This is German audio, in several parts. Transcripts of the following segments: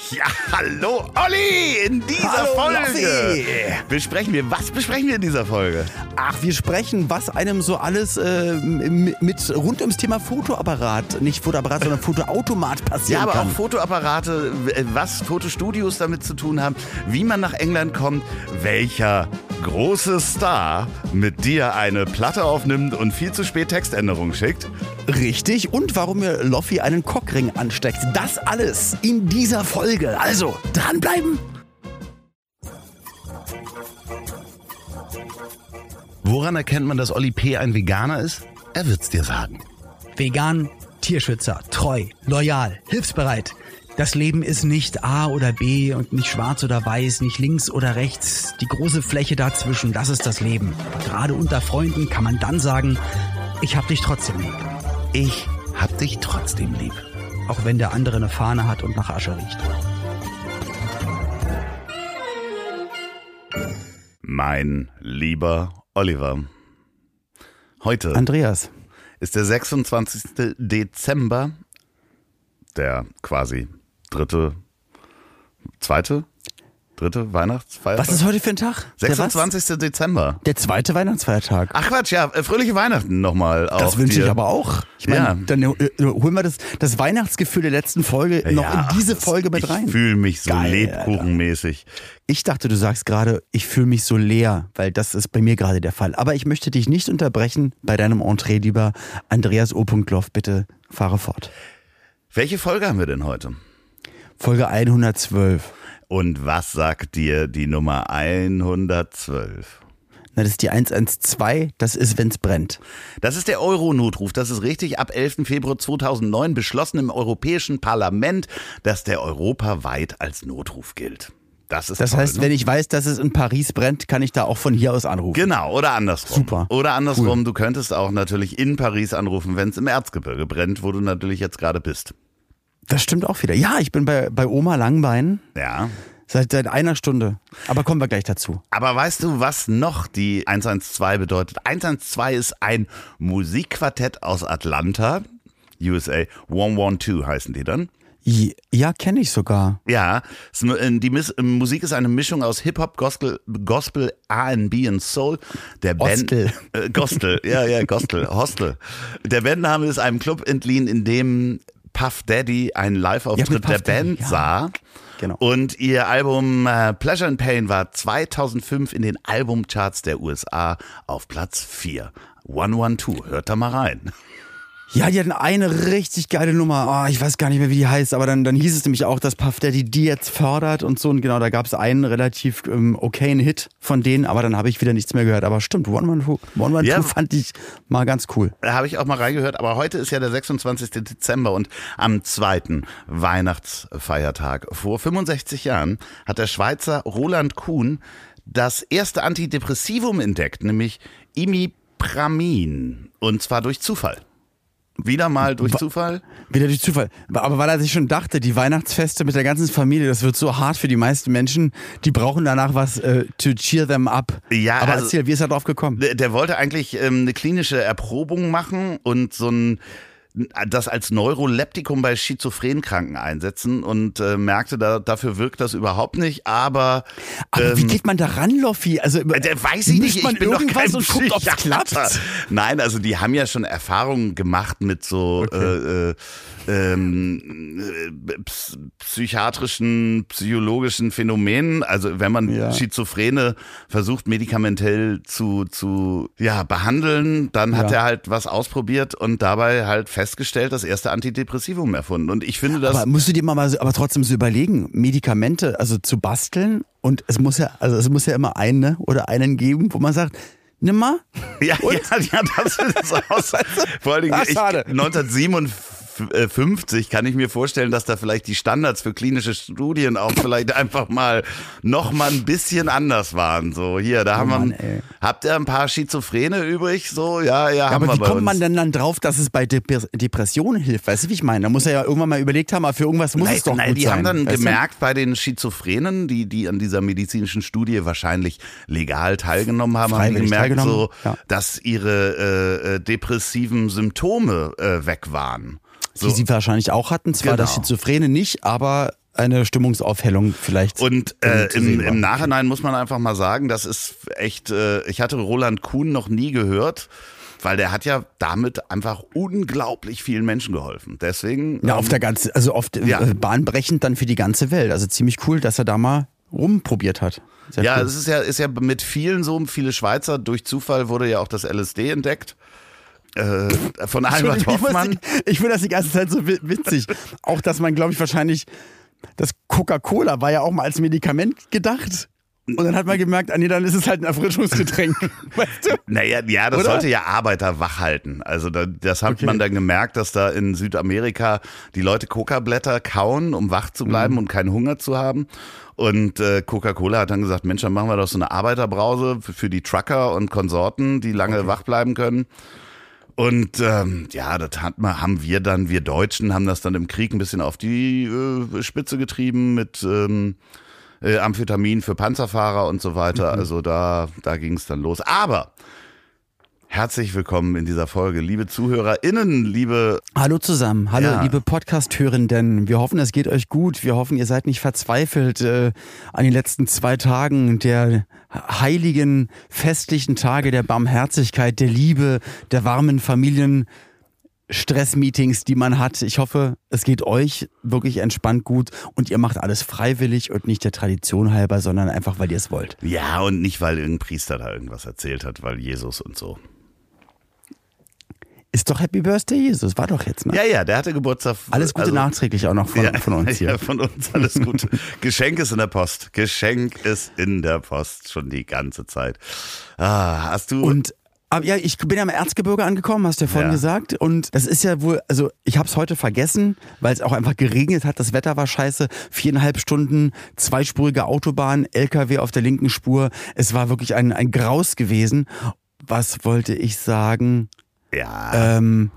Ja, hallo Olli in dieser Folge. Was besprechen wir in dieser Folge? Ach, wir sprechen, was einem so alles mit rund ums Thema Fotoapparat, nicht Fotoapparat, sondern Fotoautomat passieren kann. Ja, aber auch Fotoapparate, was Fotostudios damit zu tun haben, wie man nach England kommt, welcher große Star mit dir eine Platte aufnimmt und viel zu spät Textänderungen schickt. Richtig, und warum mir Loffi einen Cockring ansteckt. Das alles in dieser Folge. Also, dranbleiben! Woran erkennt man, dass Olli P. ein Veganer ist? Er wird's dir sagen. Vegan, Tierschützer, treu, loyal, hilfsbereit. Das Leben ist nicht A oder B und nicht schwarz oder weiß, nicht links oder rechts. Die große Fläche dazwischen, das ist das Leben. Gerade unter Freunden kann man dann sagen, ich hab dich trotzdem lieb. Ich hab dich trotzdem lieb. Auch wenn der andere eine Fahne hat und nach Asche riecht. Mein lieber Oliver, heute Andreas ist der 26. Dezember, der quasi dritte Weihnachtsfeiertag. Was ist heute für ein Tag? 26. Dezember. Der zweite Weihnachtsfeiertag. Ach Quatsch, ja, fröhliche Weihnachten nochmal. Das wünsche ich aber auch. Ich meine, Ja. dann holen wir das Weihnachtsgefühl der letzten Folge noch in diese Folge mit rein. Ich fühle mich so Geil, lebkuchenmäßig. Ich dachte, du sagst gerade, ich fühle mich so leer, weil das ist bei mir gerade der Fall. Aber ich möchte dich nicht unterbrechen bei deinem Entree, lieber Andreas O. Loff. Bitte fahre fort. Welche Folge haben wir denn heute? Folge 112. Und was sagt dir die Nummer 112? Na, das ist die 112, das ist, wenn's brennt. Das ist der Euro-Notruf, das ist richtig. Ab 11. Februar 2009 beschlossen im Europäischen Parlament, dass der europaweit als Notruf gilt. Das Das toll, heißt, ne? wenn ich weiß, dass es in Paris brennt, kann ich da auch von hier aus anrufen. Genau, oder andersrum. Super. Oder andersrum, Du könntest auch natürlich in Paris anrufen, wenn es im Erzgebirge brennt, wo du natürlich jetzt gerade bist. Das stimmt auch wieder. Ja, ich bin bei Oma Langbein Ja. seit einer Stunde. Aber kommen wir gleich dazu. Aber weißt du, was noch die 112 bedeutet? 112 ist ein Musikquartett aus Atlanta, USA. 112 heißen die dann. Ja, kenne ich sogar. Ja, die Musik ist eine Mischung aus Hip-Hop, Gospel, R&B und Soul. Der Hostel. Gospel, ja, Gospel, Hostel. Der Bandname ist einem Club entliehen, in dem Puff Daddy einen Live-Auftritt der Band sah. Genau. Und ihr Album Pleasure and Pain war 2005 in den Albumcharts der USA auf Platz 4. 112, hört da mal rein. Ja, die hatten eine richtig geile Nummer. Ich weiß gar nicht mehr, wie die heißt, aber dann hieß es nämlich auch, dass Puff Daddy die jetzt fördert und so. Und genau, da gab es einen relativ okayen Hit von denen, aber dann habe ich wieder nichts mehr gehört. Aber stimmt, 112 fand ich mal ganz cool. Da habe ich auch mal reingehört, aber heute ist ja der 26. Dezember und am zweiten Weihnachtsfeiertag vor 65 Jahren hat der Schweizer Roland Kuhn das erste Antidepressivum entdeckt, nämlich Imipramin, und zwar durch Zufall. Wieder mal durch Zufall? Wieder durch Zufall. Aber weil er sich schon dachte, die Weihnachtsfeste mit der ganzen Familie, das wird so hart für die meisten Menschen, die brauchen danach was to cheer them up. Ja, aber also, erzähl, wie ist er drauf gekommen? Der wollte eigentlich eine klinische Erprobung machen und das als Neuroleptikum bei Schizophrenkranken einsetzen und merkte, dafür wirkt das überhaupt nicht, aber wie geht man da ran, Loffi? Also, weiß ich nicht, ich bin doch kein und guckt, ob's Psychiater. klappt. Nein, also die haben ja schon Erfahrungen gemacht mit so psychiatrischen, psychologischen Phänomenen. Also wenn man Schizophrene versucht medikamentell zu behandeln, dann hat er halt was ausprobiert und dabei halt festgestellt, das erste Antidepressivum erfunden. Und ich finde das... Aber musst du dir aber trotzdem so überlegen, Medikamente also zu basteln, und es muss ja immer eine oder einen geben, wo man sagt, nimm mal. Ja, das ist aus. Vor allen Dingen, schade. 1957 kann ich mir vorstellen, dass da vielleicht die Standards für klinische Studien auch vielleicht einfach noch mal ein bisschen anders waren. So, hier, da habt ihr ein paar Schizophrene übrig? So, ja, haben wir aber wie bei kommt uns. man denn dann drauf, dass es bei Depressionen hilft? Weißt du, wie ich meine? Da muss er ja irgendwann mal überlegt haben, aber für irgendwas muss es doch gut sein. Die haben dann weißt du? gemerkt, bei den Schizophrenen, die an dieser medizinischen Studie wahrscheinlich legal teilgenommen haben, haben die gemerkt, dass ihre depressiven Symptome weg waren. So. Die sie wahrscheinlich auch hatten, zwar Genau. das Schizophrene nicht, aber eine Stimmungsaufhellung vielleicht. Und im Nachhinein muss man einfach mal sagen, das ist echt, ich hatte Roland Kuhn noch nie gehört, weil der hat ja damit einfach unglaublich vielen Menschen geholfen. Deswegen. Ja, bahnbrechend dann für die ganze Welt. Also ziemlich cool, dass er da mal rumprobiert hat. Sehr ja, cool. es ist ja mit vielen so, viele Schweizer, durch Zufall wurde ja auch das LSD entdeckt. Von Albert Hoffmann. Ich finde das die ganze Zeit so witzig. Auch, dass man, glaube ich, wahrscheinlich, das Coca-Cola war ja auch mal als Medikament gedacht. Und dann hat man gemerkt, nee, dann ist es halt ein Erfrischungsgetränk. Weißt du? Naja, ja, das sollte ja Arbeiter wach halten. Also das hat man dann gemerkt, dass da in Südamerika die Leute Coca-Blätter kauen, um wach zu bleiben und keinen Hunger zu haben. Und Coca-Cola hat dann gesagt, Mensch, dann machen wir doch so eine Arbeiterbrause für die Trucker und Konsorten, die lange wach bleiben können. Und das haben wir Deutschen haben das dann im Krieg ein bisschen auf die Spitze getrieben mit Amphetamin für Panzerfahrer und so weiter. Also da ging es dann los. Aber herzlich willkommen in dieser Folge, liebe ZuhörerInnen, liebe... Hallo zusammen, hallo liebe Podcast-Hörenden. Wir hoffen, es geht euch gut. Wir hoffen, ihr seid nicht verzweifelt an den letzten 2 Tagen der heiligen, festlichen Tage der Barmherzigkeit, der Liebe, der warmen Familien. Stressmeetings, die man hat. Ich hoffe, es geht euch wirklich entspannt gut und ihr macht alles freiwillig und nicht der Tradition halber, sondern einfach, weil ihr es wollt. Ja, und nicht, weil irgendein Priester da irgendwas erzählt hat, weil Jesus und so. Ist doch Happy Birthday Jesus, war doch jetzt, ne? Ja, der hatte Geburtstag. Alles Gute nachträglich auch noch von uns hier. Ja, von uns alles Gute. Geschenk ist in der Post. Geschenk ist in der Post schon die ganze Zeit. Hast du... Und ja, ich bin ja im Erzgebirge angekommen, hast du ja vorhin gesagt. Und das ist ja wohl, also ich habe es heute vergessen, weil es auch einfach geregnet hat. Das Wetter war scheiße. 4,5 Stunden, 2-spurige Autobahn, LKW auf der linken Spur. Es war wirklich ein Graus gewesen. Was wollte ich sagen? Ja.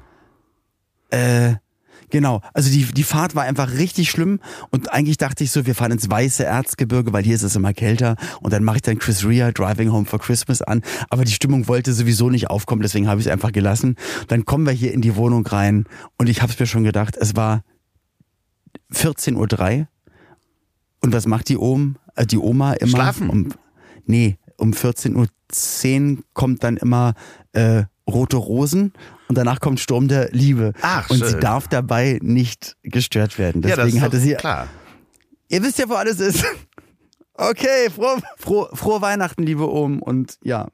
Genau, also die Fahrt war einfach richtig schlimm und eigentlich dachte ich so, wir fahren ins weiße Erzgebirge, weil hier ist es immer kälter und dann mache ich dann Chris Rea, Driving Home for Christmas an, aber die Stimmung wollte sowieso nicht aufkommen, deswegen habe ich es einfach gelassen. Dann kommen wir hier in die Wohnung rein und ich habe es mir schon gedacht, es war 14:03 Uhr und was macht die Oma immer? Schlafen? Um 14:10 Uhr kommt dann immer Rote Rosen und danach kommt Sturm der Liebe. Ach, und schön. sie darf dabei nicht gestört werden. Deswegen hatte sie. Klar. Ihr wisst ja, wo alles ist. Okay, frohe Weihnachten, liebe Ohm. Und ja,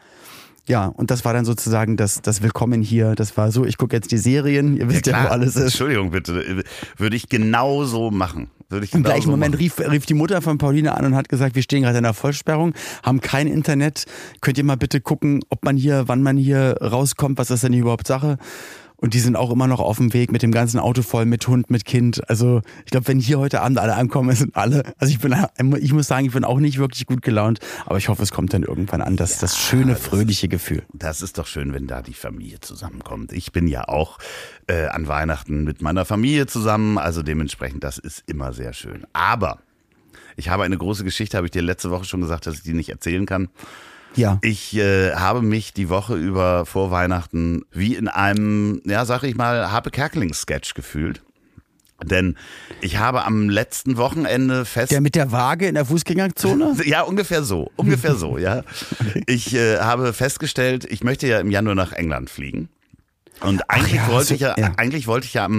und das war dann sozusagen das Willkommen hier. Das war so, ich gucke jetzt die Serien, ihr wisst ja, wo alles ist. Entschuldigung bitte, würde ich genau so machen. Im gleichen Moment rief die Mutter von Pauline an und hat gesagt, wir stehen gerade in der Vollsperrung, haben kein Internet. Könnt ihr mal bitte gucken, wann man hier rauskommt, was ist denn überhaupt Sache? Und die sind auch immer noch auf dem Weg mit dem ganzen Auto voll, mit Hund, mit Kind. Also ich glaube, wenn hier heute Abend alle ankommen, sind alle, also ich muss sagen, ich bin auch nicht wirklich gut gelaunt, aber ich hoffe, es kommt dann irgendwann an, das schöne, fröhliche Gefühl. Das ist doch schön, wenn da die Familie zusammenkommt. Ich bin ja auch an Weihnachten mit meiner Familie zusammen, also dementsprechend, das ist immer sehr schön. Aber ich habe eine große Geschichte, habe ich dir letzte Woche schon gesagt, dass ich die nicht erzählen kann. Ja. Ich habe mich die Woche über vor Weihnachten wie in einem, sag ich mal, Harpe Kerkeling-Sketch gefühlt. Denn ich habe am letzten Wochenende Der mit der Waage in der Fußgängerzone? Ja, ungefähr so, ja. Okay. Ich habe festgestellt, ich möchte ja im Januar nach England fliegen. Und eigentlich wollte ich ja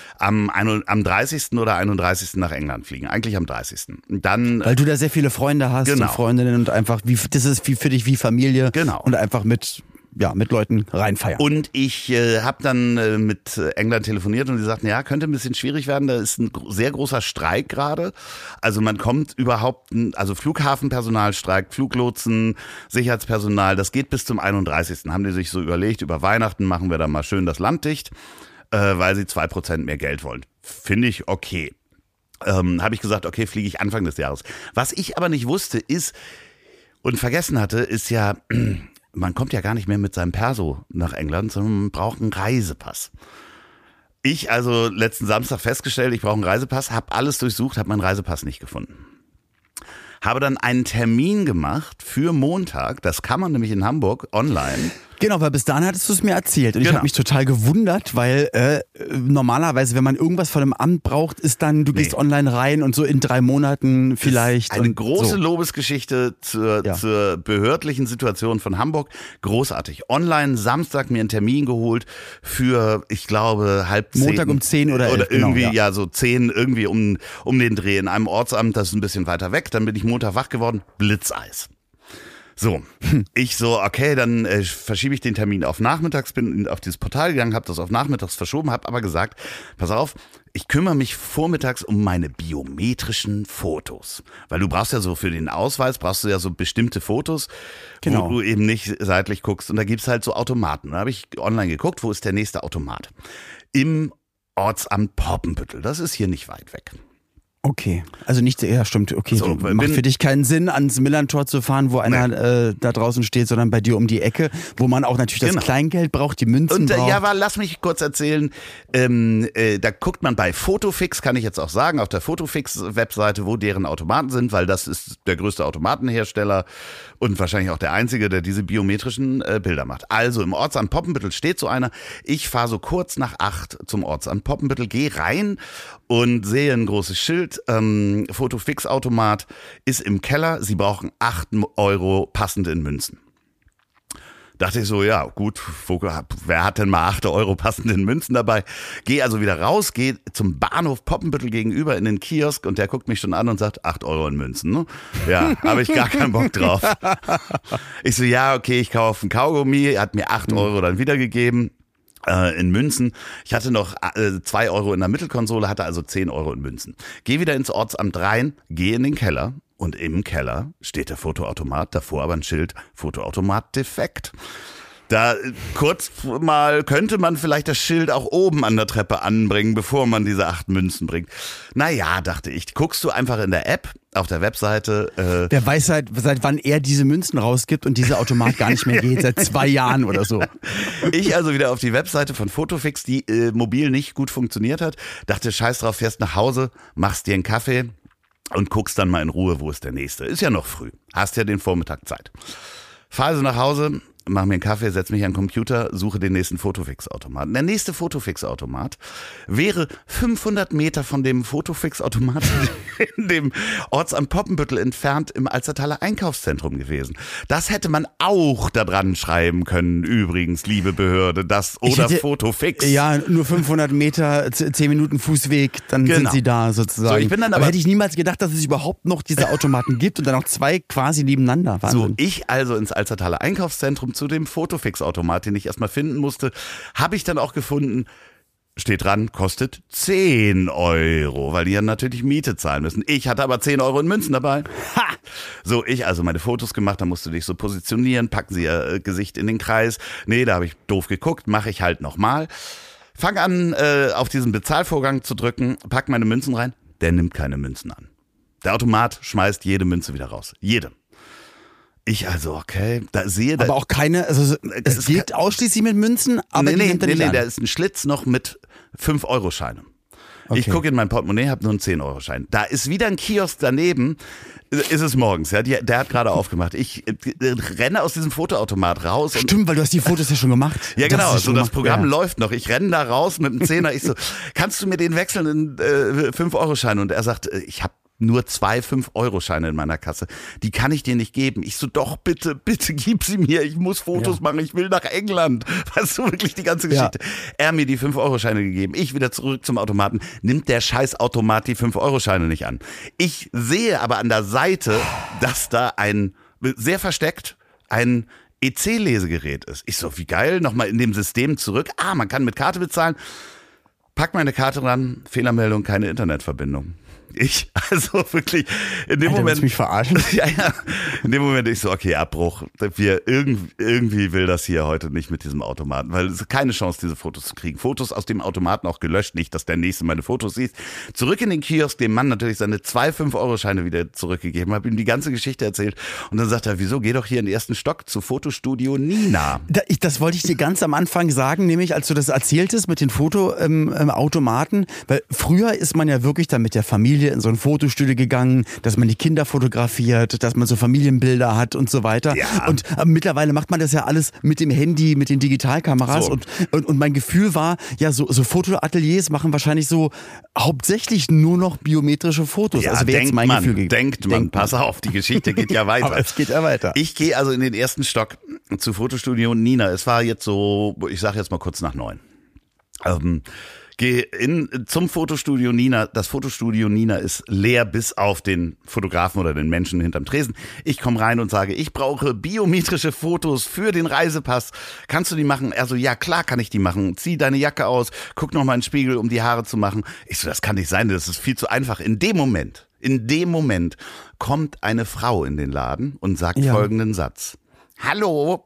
am 30. oder 31. nach England fliegen. Eigentlich am 30. Dann, weil du da sehr viele Freunde hast und Freundinnen und einfach, das ist für dich wie Familie. Genau. Und einfach mit Leuten reinfeiern. Und ich habe dann mit England telefoniert und die sagten, ja, könnte ein bisschen schwierig werden, da ist ein sehr großer Streik gerade. Also man kommt also Flughafenpersonal streikt, Fluglotsen, Sicherheitspersonal, das geht bis zum 31. Haben die sich so überlegt, über Weihnachten machen wir da mal schön das Land dicht, weil sie 2% mehr Geld wollen. Finde ich okay. Habe ich gesagt, okay, fliege ich Anfang des Jahres. Was ich aber nicht wusste ist und vergessen hatte, ist ja... Man kommt ja gar nicht mehr mit seinem Perso nach England, sondern man braucht einen Reisepass. Ich also letzten Samstag festgestellt, ich brauche einen Reisepass, habe alles durchsucht, habe meinen Reisepass nicht gefunden. Habe dann einen Termin gemacht für Montag, das kann man nämlich in Hamburg online. Genau, weil bis dahin hattest du es mir erzählt. Und ich habe mich total gewundert, weil normalerweise, wenn man irgendwas von einem Amt braucht, ist dann, du gehst online rein und so in 3 Monaten vielleicht. Eine große Lobesgeschichte zur behördlichen Situation von Hamburg. Großartig. Online Samstag mir einen Termin geholt für, ich glaube, 9:30. Montag um 10 oder 11. Oder irgendwie, so 10, irgendwie um den Dreh in einem Ortsamt, das ist ein bisschen weiter weg. Dann bin ich Montag wach geworden, Blitzeis. So, ich so, okay, dann verschiebe ich den Termin auf nachmittags, bin auf dieses Portal gegangen, habe das auf nachmittags verschoben, habe aber gesagt, pass auf, ich kümmere mich vormittags um meine biometrischen Fotos. Weil du brauchst ja so für den Ausweis, brauchst du ja so bestimmte Fotos, wo du eben nicht seitlich guckst. Und da gibt's halt so Automaten. Da habe ich online geguckt, wo ist der nächste Automat? Im Ortsamt Poppenbüttel, das ist hier nicht weit weg. Okay, also nicht, ja stimmt, okay, so, macht für dich keinen Sinn, ans Millantor zu fahren, wo einer da draußen steht, sondern bei dir um die Ecke, wo man auch natürlich das Kleingeld braucht, die Münzen braucht. Ja, aber lass mich kurz erzählen, da guckt man bei Fotofix, kann ich jetzt auch sagen, auf der Fotofix-Webseite, wo deren Automaten sind, weil das ist der größte Automatenhersteller und wahrscheinlich auch der einzige, der diese biometrischen Bilder macht. Also im Ortsamt Poppenbüttel steht so einer, ich fahre so kurz nach 8 zum Ortsamt Poppenbüttel, gehe rein und sehe ein großes Schild, Fotofix-Automat ist im Keller, Sie brauchen 8 Euro passend in Münzen. Dachte ich so, ja gut, wer hat denn mal 8 Euro passend in Münzen dabei? Gehe also wieder raus, gehe zum Bahnhof Poppenbüttel gegenüber in den Kiosk und der guckt mich schon an und sagt, 8 Euro in Münzen. Ne? Ja, habe ich gar keinen Bock drauf. Ich so, ja okay, ich kaufe einen Kaugummi, hat mir 8 Euro dann wiedergegeben. In Münzen. Ich hatte noch 2 Euro in der Mittelkonsole, hatte also 10 Euro in Münzen. Geh wieder ins Ortsamt rein, geh in den Keller und im Keller steht der Fotoautomat, davor aber ein Schild, Fotoautomat defekt. Da kurz mal könnte man vielleicht das Schild auch oben an der Treppe anbringen, bevor man diese 8 Münzen bringt. Naja, dachte ich, guckst du einfach in der App, auf der Webseite. Wer weiß seit wann er diese Münzen rausgibt und dieser Automat gar nicht mehr geht, seit 2 Jahren oder so. Ich also wieder auf die Webseite von Fotofix, die mobil nicht gut funktioniert hat, dachte, scheiß drauf, fährst nach Hause, machst dir einen Kaffee und guckst dann mal in Ruhe, wo ist der nächste. Ist ja noch früh, hast ja den Vormittag Zeit. Fahr also nach Hause, mach mir einen Kaffee, setz mich an den Computer, suche den nächsten Fotofix-Automaten. Der nächste Fotofix-Automat wäre 500 Meter von dem Fotofix-Automaten in dem Ortsamt Poppenbüttel entfernt im Alzertaler Einkaufszentrum gewesen. Das hätte man auch da dran schreiben können, übrigens, liebe Behörde, Fotofix. Ja, nur 500 Meter, 10 Minuten Fußweg, dann sind sie da sozusagen. So, ich bin dann aber hätte ich niemals gedacht, dass es überhaupt noch diese Automaten gibt und dann auch 2 quasi nebeneinander. Wahnsinn. So, ich also ins Alzertaler Einkaufszentrum zu dem Fotofix-Automat, den ich erstmal finden musste, habe ich dann auch gefunden, steht dran, kostet 10 Euro, weil die ja natürlich Miete zahlen müssen. Ich hatte aber 10 Euro in Münzen dabei. Ha! So, ich also meine Fotos gemacht, da musst du dich so positionieren, packen sie ihr Gesicht in den Kreis. Nee, da habe ich doof geguckt, mache ich halt nochmal. Fang an, auf diesen Bezahlvorgang zu drücken, pack meine Münzen rein, der nimmt keine Münzen an. Der Automat schmeißt jede Münze wieder raus. Jede. Ich also, okay, aber auch keine, also es geht ausschließlich mit Münzen, aber nee, da ist ein Schlitz noch mit 5-Euro-Scheinen. Okay. Ich gucke in mein Portemonnaie, habe nur einen 10-Euro-Schein. Da ist wieder ein Kiosk daneben, ist es morgens, ja, der hat gerade aufgemacht. Ich renne aus diesem Fotoautomat raus. Stimmt, weil du hast die Fotos ja schon gemacht. Ja genau, so das Programm läuft noch. Ich renne da raus mit einem 10er, ich so, kannst du mir den wechseln in 5-Euro-Scheine? Und er sagt, ich habe nur 2 5-Euro-Scheine in meiner Kasse. Die kann ich dir nicht geben. Ich so, doch, bitte gib sie mir. Ich muss Fotos machen. Ich will nach England. Weißt du, wirklich die ganze Geschichte. Ja. Er mir die 5-Euro-Scheine gegeben. Ich wieder zurück zum Automaten. Nimmt der Scheißautomat die 5-Euro-Scheine nicht an. Ich sehe aber an der Seite, dass da sehr versteckt ein EC-Lesegerät ist. Ich so, wie geil. Nochmal in dem System zurück. Man kann mit Karte bezahlen. Pack meine Karte ran. Fehlermeldung, keine Internetverbindung. Also wirklich, in dem Alter, Moment. Willst du mich verarschen? Ja, in dem Moment ich so, okay, Abbruch. Irgendwie will das hier heute nicht mit diesem Automaten, weil es ist keine Chance, diese Fotos zu kriegen. Fotos aus dem Automaten auch gelöscht, nicht, dass der Nächste meine Fotos sieht. Zurück in den Kiosk, dem Mann natürlich seine 2 5-Euro-Scheine wieder zurückgegeben, habe ihm die ganze Geschichte erzählt und dann sagt er, wieso, geh doch hier in den 1. Stock zu Fotostudio Nina. Das wollte ich dir ganz am Anfang sagen, nämlich als du das erzähltest mit den Fotoautomaten, weil früher ist man ja wirklich dann mit der Familie Familie in so ein Fotostudio gegangen, dass man die Kinder fotografiert, dass man so Familienbilder hat und so weiter. Ja. Und mittlerweile macht man das ja alles mit dem Handy, mit den Digitalkameras. So. Und mein Gefühl war, ja, so Fotoateliers machen wahrscheinlich so hauptsächlich nur noch biometrische Fotos. Ja, also wäre jetzt mein Gefühl gewesen. Denkt man. Pass auf, die Geschichte geht ja weiter. Aber es geht ja weiter. Ich gehe also in den ersten Stock zu Fotostudio Nina. Es war jetzt so, ich sage jetzt mal kurz nach 9. Gehe zum Fotostudio Nina. Das Fotostudio Nina ist leer bis auf den Fotografen oder den Menschen hinterm Tresen. Ich komme rein und sage, ich brauche biometrische Fotos für den Reisepass. Kannst du die machen? Er so, ja klar kann ich die machen. Zieh deine Jacke aus, guck noch mal in den Spiegel, um die Haare zu machen. Ich so, das kann nicht sein, das ist viel zu einfach. In dem Moment kommt eine Frau in den Laden und sagt folgenden Satz. Hallo,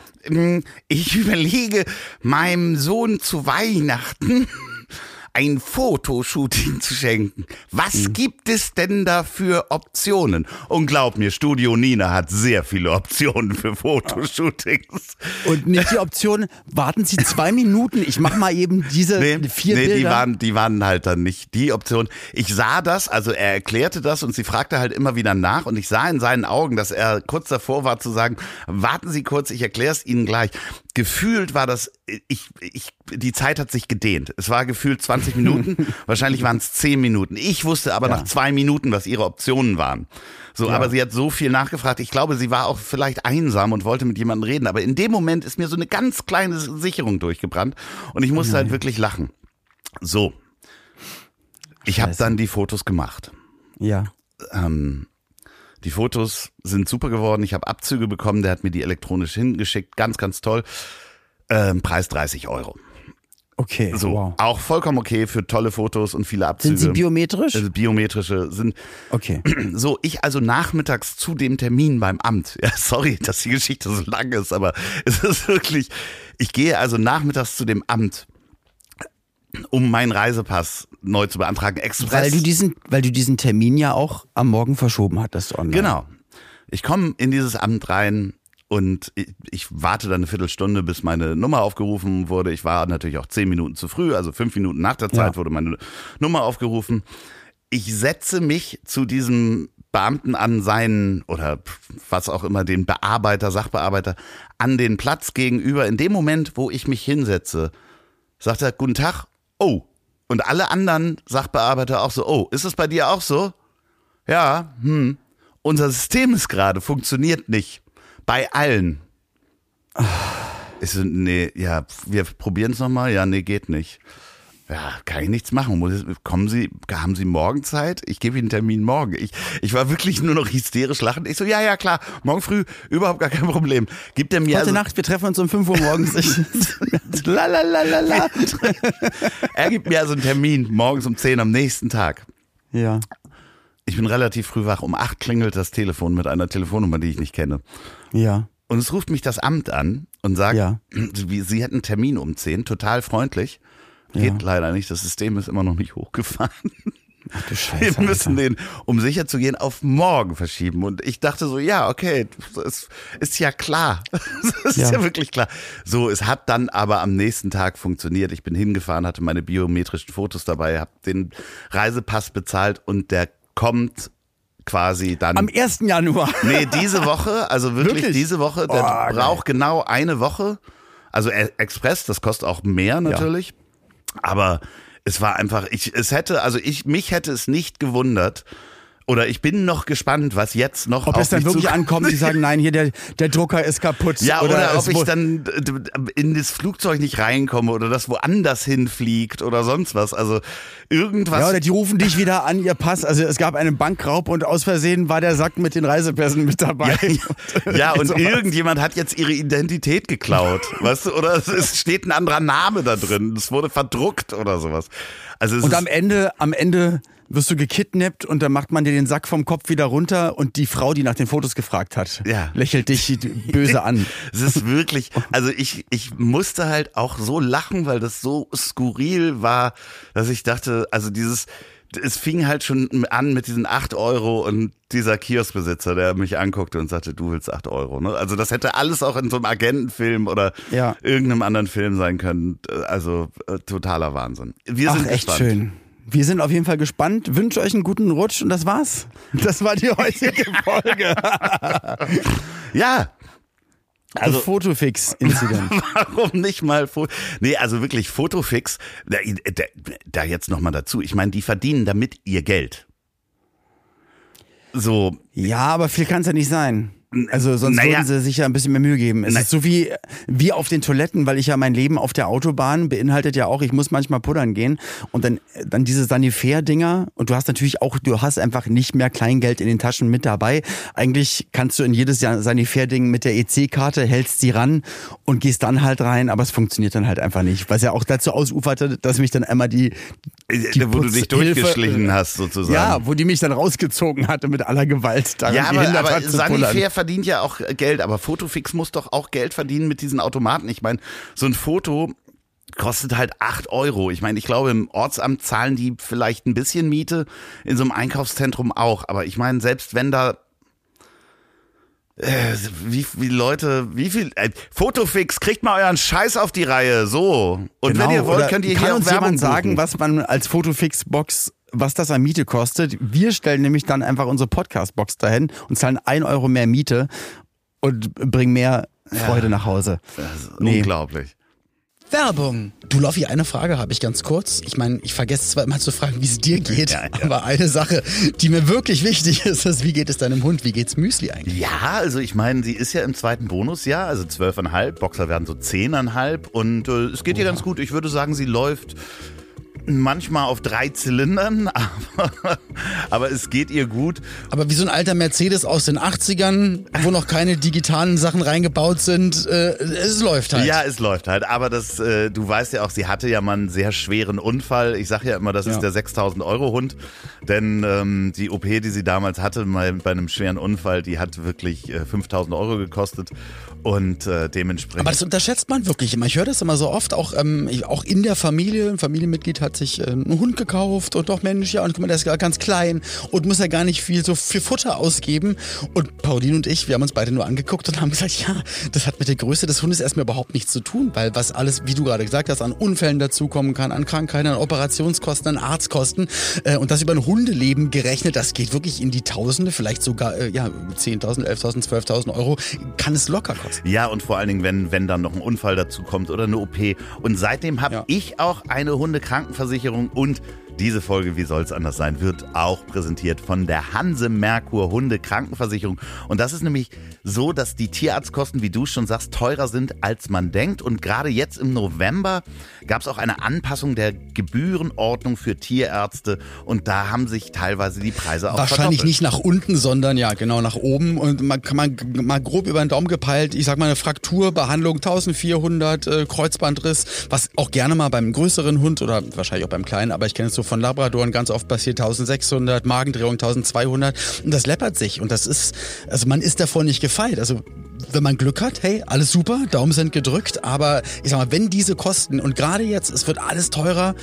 ich überlege, meinem Sohn zu Weihnachten ein Fotoshooting zu schenken. Was gibt es denn da für Optionen? Und glaub mir, Studio Nina hat sehr viele Optionen für Fotoshootings. Und nicht die Option, warten Sie 2 Minuten, ich mach mal eben diese 4 Bilder. Die waren halt dann nicht die Option. Ich sah das, also er erklärte das und sie fragte halt immer wieder nach und ich sah in seinen Augen, dass er kurz davor war zu sagen, warten Sie kurz, ich erkläre es Ihnen gleich. Gefühlt war das, die Zeit hat sich gedehnt. Es war gefühlt 20 Minuten, wahrscheinlich waren es 10 Minuten. Ich wusste aber nach 2 Minuten, was ihre Optionen waren. So, aber sie hat so viel nachgefragt. Ich glaube, sie war auch vielleicht einsam und wollte mit jemandem reden. Aber in dem Moment ist mir so eine ganz kleine Sicherung durchgebrannt und ich musste halt wirklich lachen. So, ich habe dann die Fotos gemacht. Ja. Die Fotos sind super geworden. Ich habe Abzüge bekommen. Der hat mir die elektronisch hingeschickt. Ganz, ganz toll. Preis 30 €. Okay, so, wow. Auch vollkommen okay für tolle Fotos und viele Abzüge. Sind sie biometrisch? Biometrische sind. Okay. So, ich also nachmittags zu dem Termin beim Amt. Ja, sorry, dass die Geschichte so lang ist, aber es ist wirklich, ich gehe also nachmittags zu dem Amt, um meinen Reisepass neu zu beantragen. Express. Weil du diesen Termin ja auch am Morgen verschoben hattest online. Genau. Ich komme in dieses Amt rein und ich warte dann eine Viertelstunde, bis meine Nummer aufgerufen wurde. Ich war natürlich auch 10 Minuten zu früh, also 5 Minuten nach der Zeit wurde meine Nummer aufgerufen. Ich setze mich zu diesem Beamten an seinen, oder was auch immer, den Bearbeiter, Sachbearbeiter, an den Platz gegenüber. In dem Moment, wo ich mich hinsetze, sagt er, guten Tag, oh. Und alle anderen Sachbearbeiter auch so, oh, ist es bei dir auch so? Ja, unser System ist gerade, funktioniert nicht. Bei allen. Ich so, nee, ja, wir probieren es nochmal. Ja, nee, geht nicht. Ja, kann ich nichts machen. Haben Sie morgen Zeit? Ich gebe Ihnen einen Termin morgen. Ich war wirklich nur noch hysterisch lachend. Ich so, ja, klar, morgen früh, überhaupt gar kein Problem. Gibt er mir Heute Nacht, wir treffen uns um 5 Uhr morgens. Lalalala. Er gibt mir also einen Termin morgens um 10 am nächsten Tag. Ja. Ich bin relativ früh wach. Um 8 klingelt das Telefon mit einer Telefonnummer, die ich nicht kenne. Ja. Und es ruft mich das Amt an und sagt, Sie hätten einen Termin um 10, total freundlich. Geht leider nicht, das System ist immer noch nicht hochgefahren. Ach du Scheiße, wir müssen den, um sicher zu gehen, auf morgen verschieben. Und ich dachte so, ja, okay, das ist ja klar. Das ist ja wirklich klar. So, es hat dann aber am nächsten Tag funktioniert. Ich bin hingefahren, hatte meine biometrischen Fotos dabei, habe den Reisepass bezahlt und der kommt quasi dann. Am 1. Januar. Nee, diese Woche, also wirklich diese Woche. Der braucht genau eine Woche. Also Express, das kostet auch mehr natürlich. Ja. Aber es war einfach, mich hätte es nicht gewundert. Oder ich bin noch gespannt, was jetzt noch ob auf es dann wirklich ankommt, die sagen, nein, hier der Drucker ist kaputt. Ja, oder ob ich dann in das Flugzeug nicht reinkomme oder das woanders hinfliegt oder sonst was. Also irgendwas. Ja, oder die rufen dich wieder an, ihr Pass. Also es gab einen Bankraub und aus Versehen war der Sack mit den Reisepässen mit dabei. Ja, und irgendjemand hat jetzt ihre Identität geklaut. Weißt du, oder es steht ein anderer Name da drin. Es wurde verdruckt oder sowas. Also und am Ende wirst du gekidnappt und dann macht man dir den Sack vom Kopf wieder runter und die Frau, die nach den Fotos gefragt hat, lächelt dich böse an. Es ist wirklich, also ich musste halt auch so lachen, weil das so skurril war, dass ich dachte, also es fing halt schon an mit diesen 8 € und dieser Kioskbesitzer, der mich anguckte und sagte, du willst 8 €. Ne? Also das hätte alles auch in so einem Agentenfilm oder irgendeinem anderen Film sein können. Also totaler Wahnsinn. Wir sind echt gespannt. Schön. Wir sind auf jeden Fall gespannt. Wünsche euch einen guten Rutsch und das war's. Das war die heutige Folge. Ja. Also Fotofix-Incident. Warum nicht mal Nee, also wirklich Fotofix. Da jetzt nochmal dazu. Ich meine, die verdienen damit ihr Geld. So. Ja, aber viel kann es ja nicht sein. Also sonst würden sie sich ja ein bisschen mehr Mühe geben. Es ist so wie auf den Toiletten, weil ich ja mein Leben auf der Autobahn beinhaltet ja auch, ich muss manchmal pullern gehen und dann diese Sanifair-Dinger und du hast einfach nicht mehr Kleingeld in den Taschen mit dabei. Eigentlich kannst du in jedes Sanifair-Ding mit der EC-Karte, hältst sie ran und gehst dann halt rein, aber es funktioniert dann halt einfach nicht, was ja auch dazu ausuferte, dass mich dann einmal die wo du dich durchgeschlichen hast sozusagen. Ja, wo die mich dann rausgezogen hatte mit aller Gewalt. Ja, aber Sanifair verdient ja auch Geld, aber Fotofix muss doch auch Geld verdienen mit diesen Automaten. Ich meine, so ein Foto kostet halt 8 €. Ich meine, ich glaube, im Ortsamt zahlen die vielleicht ein bisschen Miete, in so einem Einkaufszentrum auch. Aber ich meine, selbst wenn da wie viel Fotofix, kriegt mal euren Scheiß auf die Reihe, so. Und genau, wenn ihr wollt, könnt ihr hier auch Werbung sagen, was man als Fotofix-Box, was das an Miete kostet. Wir stellen nämlich dann einfach unsere Podcast-Box dahin und zahlen 1 € mehr Miete und bringen mehr Freude nach Hause. Das ist unglaublich. Werbung. Du, Loffi, eine Frage habe ich ganz kurz. Ich meine, ich vergesse zwar immer zu fragen, wie es dir geht, aber eine Sache, die mir wirklich wichtig ist, wie geht es deinem Hund? Wie geht's Müsli eigentlich? Ja, also ich meine, sie ist ja im 2. Bonusjahr, also 12,5. Boxer werden so 10,5 und es geht ihr ganz gut. Ich würde sagen, sie läuft manchmal auf 3 Zylindern, aber es geht ihr gut. Aber wie so ein alter Mercedes aus den 80ern, wo noch keine digitalen Sachen reingebaut sind, es läuft halt. Ja, es läuft halt, aber du weißt ja auch, sie hatte ja mal einen sehr schweren Unfall. Ich sage ja immer, das ist der 6.000 € Hund, denn die OP, die sie damals hatte bei einem schweren Unfall, die hat wirklich 5.000 € gekostet und dementsprechend. Aber das unterschätzt man wirklich immer. Ich höre das immer so oft, auch in der Familie. Ein Familienmitglied hat sich einen Hund gekauft und doch Mensch, ja, und guck mal, der ist ganz klein und muss ja gar nicht viel so für Futter ausgeben. Und Pauline und ich, wir haben uns beide nur angeguckt und haben gesagt, ja, das hat mit der Größe des Hundes erstmal überhaupt nichts zu tun, weil was alles, wie du gerade gesagt hast, an Unfällen dazukommen kann, an Krankheiten, an Operationskosten, an Arztkosten und das über ein Hundeleben gerechnet, das geht wirklich in die Tausende, vielleicht sogar 10.000, 11.000, 12.000 € kann es locker kosten. Ja, und vor allen Dingen, wenn dann noch ein Unfall dazu kommt oder eine OP. Und seitdem habe ich auch eine Hundekrankenversicherung und diese Folge, wie soll es anders sein, wird auch präsentiert von der Hanse Merkur Hundekrankenversicherung. Und das ist nämlich so, dass die Tierarztkosten, wie du schon sagst, teurer sind, als man denkt. Und gerade jetzt im November gab es auch eine Anpassung der Gebührenordnung für Tierärzte. Und da haben sich teilweise die Preise auch wahrscheinlich verdoppelt. Nicht nach unten, sondern ja genau nach oben. Und man kann mal grob über den Daumen gepeilt, ich sag mal eine Frakturbehandlung 1.400, Kreuzbandriss, was auch gerne mal beim größeren Hund oder wahrscheinlich auch beim kleinen, aber ich kenne es so von Labradoren ganz oft passiert 1.600, Magendrehung 1.200 und das läppert sich und das ist, also man ist davor nicht gefeit. Also wenn man Glück hat, hey, alles super, Daumen sind gedrückt, aber ich sag mal, wenn diese Kosten und gerade jetzt, es wird alles teurer,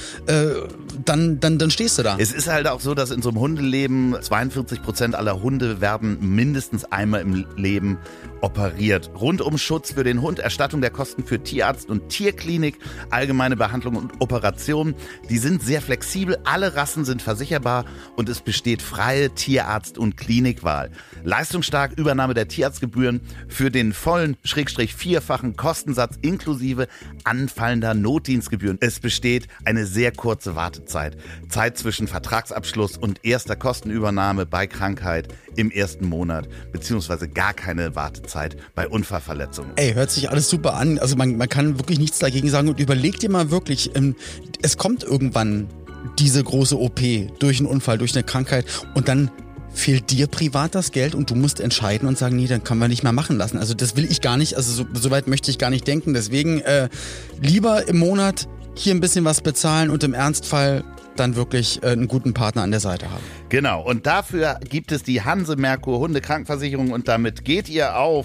dann stehst du da. Es ist halt auch so, dass in so einem Hundeleben 42% aller Hunde werden mindestens einmal im Leben operiert. Rundumschutz für den Hund, Erstattung der Kosten für Tierarzt und Tierklinik, allgemeine Behandlung und Operation. Die sind sehr flexibel, alle Rassen sind versicherbar und es besteht freie Tierarzt- und Klinikwahl. Leistungsstark, Übernahme der Tierarztgebühren für den vollen, vierfachen Kostensatz inklusive anfallender Notdienstgebühren. Es besteht eine sehr kurze Wartezeit. Zeit zwischen Vertragsabschluss und erster Kostenübernahme bei Krankheit im ersten Monat, beziehungsweise gar keine Wartezeit bei Unfallverletzungen. Ey, hört sich alles super an. Also man kann wirklich nichts dagegen sagen und überleg dir mal wirklich, es kommt irgendwann diese große OP durch einen Unfall, durch eine Krankheit und dann fehlt dir privat das Geld und du musst entscheiden und sagen, nee, dann können wir nicht mehr machen lassen. Also das will ich gar nicht, also so weit möchte ich gar nicht denken. Deswegen lieber im Monat hier ein bisschen was bezahlen und im Ernstfall dann wirklich einen guten Partner an der Seite haben. Genau, und dafür gibt es die Hanse Merkur Hundekrankenversicherung und damit geht ihr auf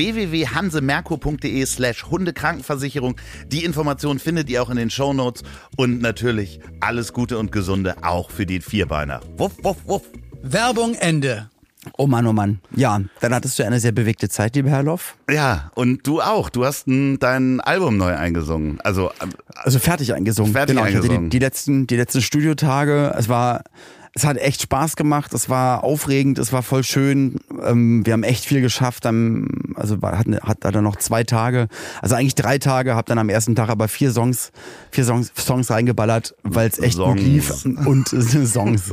www.hansemerkur.de/Hundekrankenversicherung. Die Information findet ihr auch in den Shownotes und natürlich alles Gute und Gesunde auch für die Vierbeiner. Wuff, wuff, wuff. Werbung Ende. Oh Mann. Ja, dann hattest du eine sehr bewegte Zeit, lieber Herr Loff. Ja, und du auch. Du hast dein Album neu eingesungen. Also fertig eingesungen. Genau, ich hatte die letzten Studiotage. Es hat echt Spaß gemacht, es war aufregend, es war voll schön. Wir haben echt viel geschafft. Hat dann noch 2 Tage, also eigentlich 3 Tage, hab dann am ersten Tag aber 4 Songs reingeballert, weil es echt gut lief. Und Songs.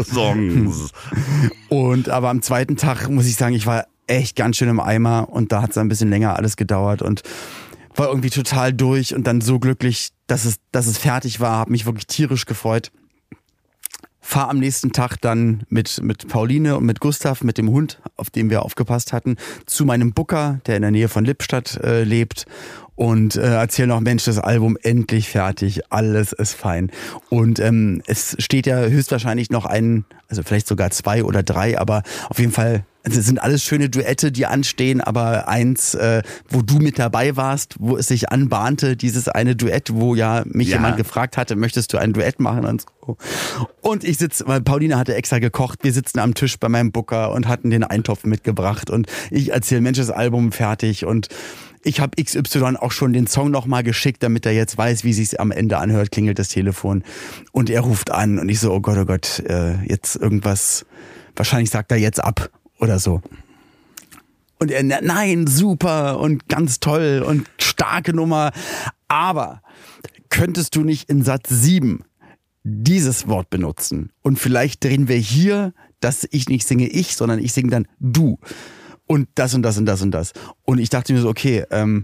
Und aber am zweiten Tag muss ich sagen, ich war echt ganz schön im Eimer und da hat es ein bisschen länger alles gedauert und war irgendwie total durch und dann so glücklich, dass es fertig war, habe mich wirklich tierisch gefreut. Fahr am nächsten Tag dann mit Pauline und mit Gustav, mit dem Hund, auf den wir aufgepasst hatten, zu meinem Booker, der in der Nähe von Lippstadt lebt und erzähl noch, Mensch, das Album endlich fertig, alles ist fein. Und es steht ja höchstwahrscheinlich noch also vielleicht sogar 2 oder 3, aber auf jeden Fall, es sind alles schöne Duette, die anstehen, aber eins, wo du mit dabei warst, wo es sich anbahnte, dieses eine Duett, wo mich jemand gefragt hatte, möchtest du ein Duett machen und so. Und ich sitze, weil Pauline hatte extra gekocht, wir sitzen am Tisch bei meinem Booker und hatten den Eintopf mitgebracht und ich erzähle, Mensch, das Album fertig und ich habe XY auch schon den Song nochmal geschickt, damit er jetzt weiß, wie sich's am Ende anhört, klingelt das Telefon und er ruft an und ich so, oh Gott, jetzt irgendwas, wahrscheinlich sagt er jetzt ab oder so. Und er, nein, super und ganz toll und starke Nummer, aber könntest du nicht in Satz 7 dieses Wort benutzen und vielleicht drehen wir hier, dass ich nicht singe ich, sondern ich singe dann du. Und das und das und das und das. Und ich dachte mir so, okay,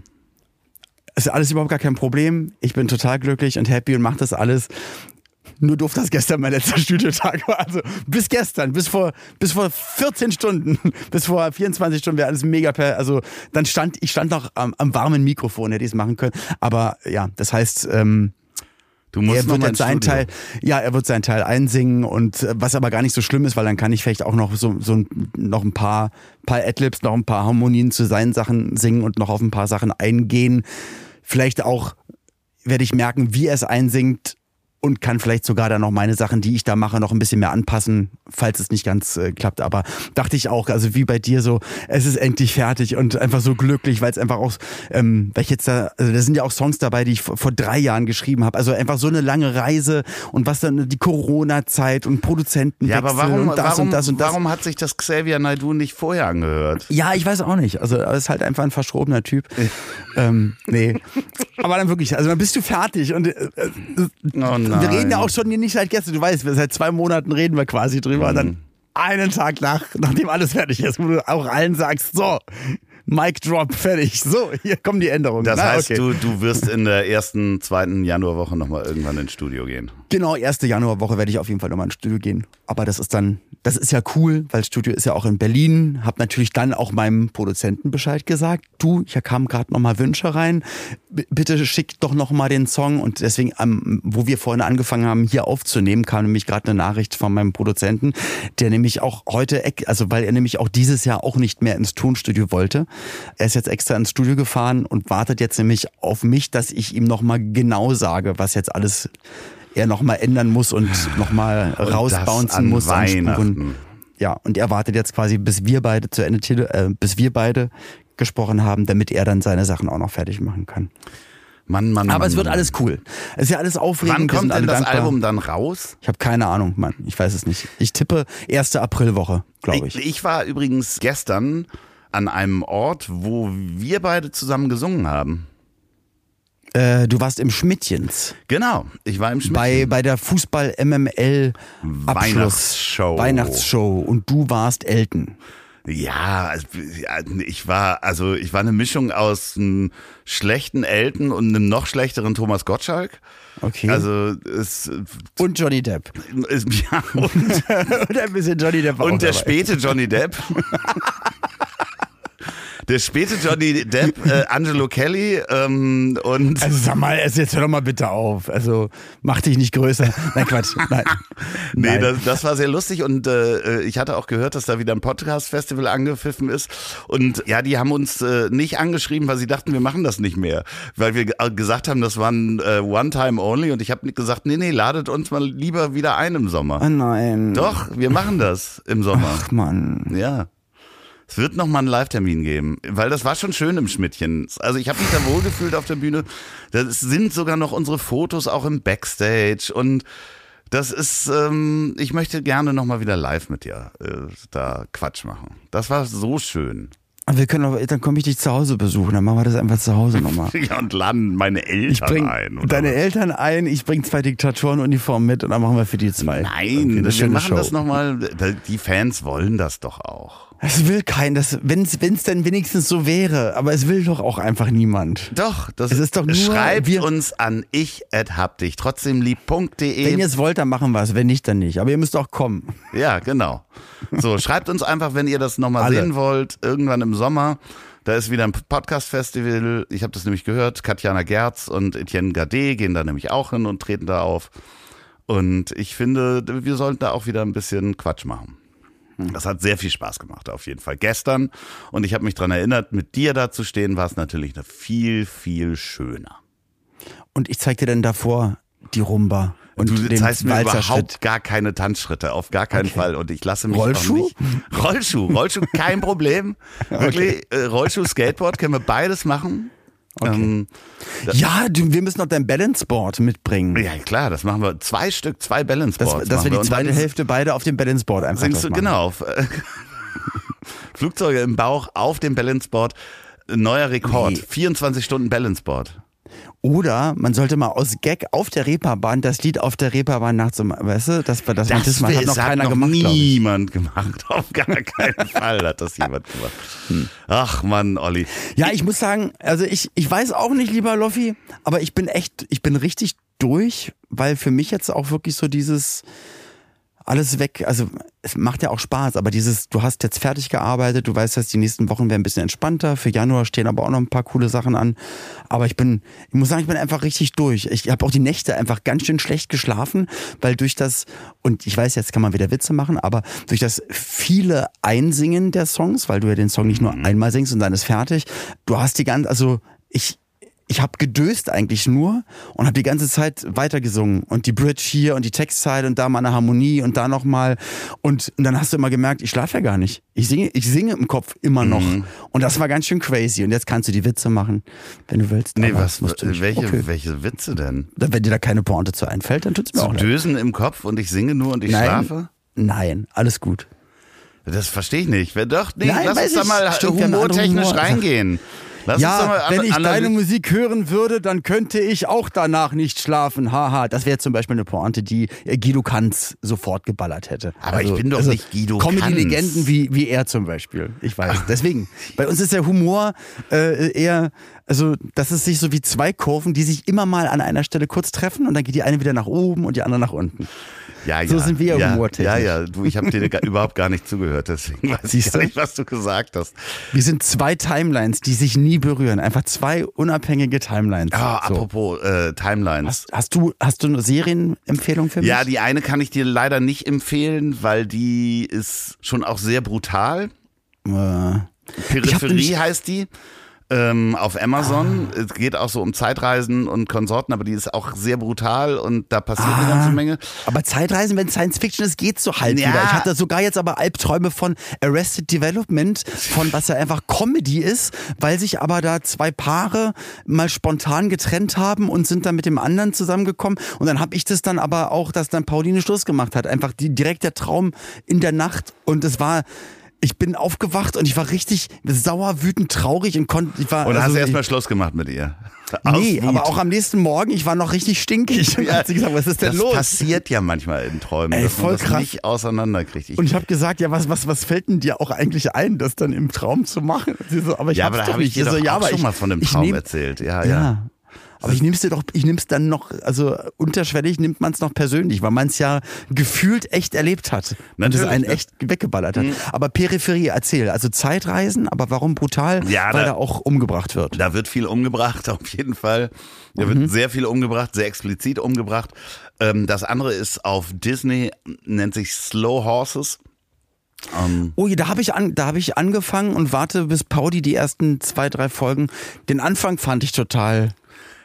ist alles überhaupt gar kein Problem. Ich bin total glücklich und happy und mach das alles. Nur doof, dass gestern mein letzter Studiotag war. Also bis gestern, bis vor 14 Stunden, bis vor 24 Stunden wäre alles mega also dann ich stand noch am warmen Mikrofon, hätte ich es machen können. Aber ja, das heißt, du musst er wird jetzt seinen Teil, er wird seinen Teil einsingen und was aber gar nicht so schlimm ist, weil dann kann ich vielleicht auch noch noch ein paar Adlibs, noch ein paar Harmonien zu seinen Sachen singen und noch auf ein paar Sachen eingehen. Vielleicht auch werde ich merken, wie er es einsingt und kann vielleicht sogar dann noch meine Sachen, die ich da mache, noch ein bisschen mehr anpassen, falls es nicht ganz klappt. Aber dachte ich auch, also wie bei dir so, es ist endlich fertig und einfach so glücklich, weil es einfach auch, weil ich jetzt da sind ja auch Songs dabei, die ich vor 3 Jahren geschrieben habe. Also einfach so eine lange Reise und was dann die Corona-Zeit und Produzentenwechsel aber warum, und das und das und das. Warum hat sich das Xavier Naidoo nicht vorher angehört? Ja, ich weiß auch nicht. Also er ist halt einfach ein verschrobener Typ. Nee. Aber dann wirklich, also dann bist du fertig und oh nein. Wir reden ja auch schon nicht seit gestern, du weißt, seit 2 Monaten reden wir quasi drüber. Und dann einen Tag nachdem alles fertig ist, wo du auch allen sagst, so, Mic Drop, fertig. So, hier kommen die Änderungen. Das heißt, okay. du wirst in der 2. Januarwoche nochmal irgendwann ins Studio gehen. Genau, 1. Januarwoche werde ich auf jeden Fall nochmal ins Studio gehen. Aber das ist ja cool, weil das Studio ist ja auch in Berlin. Hab natürlich dann auch meinem Produzenten Bescheid gesagt. Du, hier kamen gerade nochmal Wünsche rein. Bitte schick doch nochmal den Song. Und deswegen, wo wir vorhin angefangen haben, hier aufzunehmen, kam nämlich gerade eine Nachricht von meinem Produzenten, der nämlich auch heute, also weil er nämlich auch dieses Jahr auch nicht mehr ins Tonstudio wollte. Er ist jetzt extra ins Studio gefahren und wartet jetzt nämlich auf mich, dass ich ihm nochmal genau sage, was jetzt alles er nochmal ändern muss und nochmal rausbouncen muss an Spuren. Ja, und er wartet jetzt quasi, bis wir beide gesprochen haben, damit er dann seine Sachen auch noch fertig machen kann. Mann. Aber es wird alles cool. Es ist ja alles aufregend. Wann kommt denn das Album dann raus? Ich habe keine Ahnung, Mann. Ich weiß es nicht. Ich tippe 1. Aprilwoche, glaube ich. Ich war übrigens gestern an einem Ort, wo wir beide zusammen gesungen haben. Du warst im Schmidtchens. Genau, ich war im Schmidtchens. Bei der Fußball-MML-Abschluss. Weihnachtsshow. Und du warst Elton. Ja, ich war eine Mischung aus einem schlechten Elton und einem noch schlechteren Thomas Gottschalk. Okay. Also und Johnny Depp. Ja, und ein bisschen Johnny Depp auch und der dabei. späte Johnny Depp. Der späte Johnny Depp, Angelo Kelly und... Also sag mal, jetzt hör doch mal bitte auf. Also mach dich nicht größer. Nein, Quatsch. Nein. Nee, das war sehr lustig und ich hatte auch gehört, dass da wieder ein Podcast-Festival angepfiffen ist und ja, die haben uns nicht angeschrieben, weil sie dachten, wir machen das nicht mehr. Weil wir gesagt haben, das war ein One-Time-Only und ich habe gesagt, nee, ladet uns mal lieber wieder ein im Sommer. Oh nein. Doch, wir machen das im Sommer. Ach Mann. Ja. Es wird nochmal einen Live-Termin geben, weil das war schon schön im Schmidtchen. Also ich habe mich da wohlgefühlt auf der Bühne. Da sind sogar noch unsere Fotos auch im Backstage und das ist, ich möchte gerne nochmal wieder live mit dir da Quatsch machen. Das war so schön. Wir können auch, dann komme ich dich zu Hause besuchen, dann machen wir das einfach zu Hause nochmal. Ja, und laden meine Eltern ein. Oder deine was? Eltern ein, ich bringe 2 Diktatorenuniformen mit und dann machen wir für die 2. Nein, wir machen das nochmal, die Fans wollen das doch auch. Es will wenn es denn wenigstens so wäre, aber es will doch auch einfach niemand. Doch, es ist doch nur, schreibt uns an ich@habdichtrotzdemlieb.de. Wenn ihr es wollt, dann machen wir es, wenn nicht, dann nicht. Aber ihr müsst auch kommen. Ja, genau. So, schreibt uns einfach, wenn ihr das nochmal sehen wollt, irgendwann im Sommer. Da ist wieder ein Podcast-Festival. Ich habe das nämlich gehört. Katjana Gerz und Etienne Gade gehen da nämlich auch hin und treten da auf. Und ich finde, wir sollten da auch wieder ein bisschen Quatsch machen. Das hat sehr viel Spaß gemacht, auf jeden Fall. Gestern, und ich habe mich dran erinnert, mit dir da zu stehen, war es natürlich noch viel, viel schöner. Und ich zeig dir dann davor die Rumba. Und du den zeigst mir Walzerschritt. überhaupt gar keine Tanzschritte, auf gar keinen Fall. Und ich lasse mich Rollschuh? auch nicht. Rollschuh, kein Problem. Wirklich, Rollschuh, Skateboard können wir beides machen. Okay. Ja, wir müssen noch dein Balanceboard mitbringen. Ja, klar, das machen wir. 2 Balanceboards. Dass wir die zweite Hälfte beide auf dem Balanceboard einfach singst du, genau. Flugzeuge im Bauch auf dem Balanceboard. Neuer Rekord. 24 Stunden Balanceboard. Oder man sollte mal aus Gag auf der Reeperbahn das Lied auf der Reeperbahn nachts, weißt du, das hat noch keiner gemacht. Niemand gemacht, auf gar keinen Fall hat das jemand gemacht. Ach Mann, Olli. Ja, ich muss sagen, also ich weiß auch nicht, lieber Loffi, aber ich bin richtig durch, weil für mich jetzt auch wirklich so dieses alles weg, also es macht ja auch Spaß, aber du hast jetzt fertig gearbeitet, du weißt, dass die nächsten Wochen werden ein bisschen entspannter, für Januar stehen aber auch noch ein paar coole Sachen an, aber ich muss sagen, ich bin einfach richtig durch. Ich habe auch die Nächte einfach ganz schön schlecht geschlafen, weil durch das, und ich weiß, jetzt kann man wieder Witze machen, aber durch das viele Einsingen der Songs, weil du ja den Song nicht nur einmal singst und dann ist fertig, du hast ich habe gedöst eigentlich nur und habe die ganze Zeit weitergesungen und die Bridge hier und die Textzeile und da mal eine Harmonie und da nochmal und dann hast du immer gemerkt, ich schlafe ja gar nicht. Ich singe im Kopf immer noch und das war ganz schön crazy und jetzt kannst du die Witze machen, wenn du willst. Nee, welche Witze denn? Wenn dir da keine Pointe zu einfällt, dann tut's mir auch leid. Dösen im Kopf und ich singe nur und ich schlafe? Nein, alles gut. Das verstehe ich nicht. Lass uns da mal Stimmt, humortechnisch reingehen. Wenn ich deine Musik hören würde, dann könnte ich auch danach nicht schlafen. Haha, das wäre zum Beispiel eine Pointe, die Guido Kanz sofort geballert hätte. Aber ich bin doch nicht Guido Kanz. Comedy-Legenden wie er zum Beispiel. Ich weiß. Deswegen, bei uns ist der Humor eher, also das ist sich so wie 2 Kurven, die sich immer mal an einer Stelle kurz treffen und dann geht die eine wieder nach oben und die andere nach unten. Ja, so sind wir humortechnisch. Ja, ich habe dir überhaupt gar nicht zugehört, deswegen weiß ich gar nicht, was du gesagt hast. Wir sind 2 Timelines, die sich nie berühren. Einfach 2 unabhängige Timelines. Ah, so. Apropos Timelines. Hast du eine Serienempfehlung für mich? Ja, die eine kann ich dir leider nicht empfehlen, weil die ist schon auch sehr brutal. Peripherie heißt die. Auf Amazon. Es geht auch so um Zeitreisen und Konsorten, aber die ist auch sehr brutal und da passiert eine ganze Menge. Aber Zeitreisen, wenn Science Fiction ist, geht's so halt wieder. Ich hatte sogar jetzt aber Albträume von Arrested Development, von was ja einfach Comedy ist, weil sich aber da 2 Paare mal spontan getrennt haben und sind dann mit dem anderen zusammengekommen und dann habe ich das dann aber auch, dass dann Pauline Schluss gemacht hat. Einfach direkt der Traum in der Nacht und es war... Ich bin aufgewacht und ich war richtig sauer, wütend, traurig und Oder hast du erstmal Schluss gemacht mit ihr? Nee, aber auch am nächsten Morgen, ich war noch richtig stinkig. Und hat sie gesagt, was ist denn los? Das passiert ja manchmal in Träumen, dass man das nicht auseinanderkriegt. Und ich habe gesagt, ja, was fällt denn dir auch eigentlich ein, das dann im Traum zu machen? Und sie so, aber aber da habe ich dir doch auch schon mal von dem Traum erzählt. Ja. Aber ich nehm's dann noch, also unterschwellig nimmt man es noch persönlich, weil man es ja gefühlt echt erlebt hat. Und es einen echt weggeballert hat. Aber Peripherie, erzähl, also Zeitreisen, aber warum brutal? Ja, weil da auch umgebracht wird. Da wird viel umgebracht, auf jeden Fall. Da wird sehr viel umgebracht, sehr explizit umgebracht. Das andere ist auf Disney, nennt sich Slow Horses. Da habe ich angefangen und warte bis Paudi die ersten 2, 3 Folgen. Den Anfang fand ich total...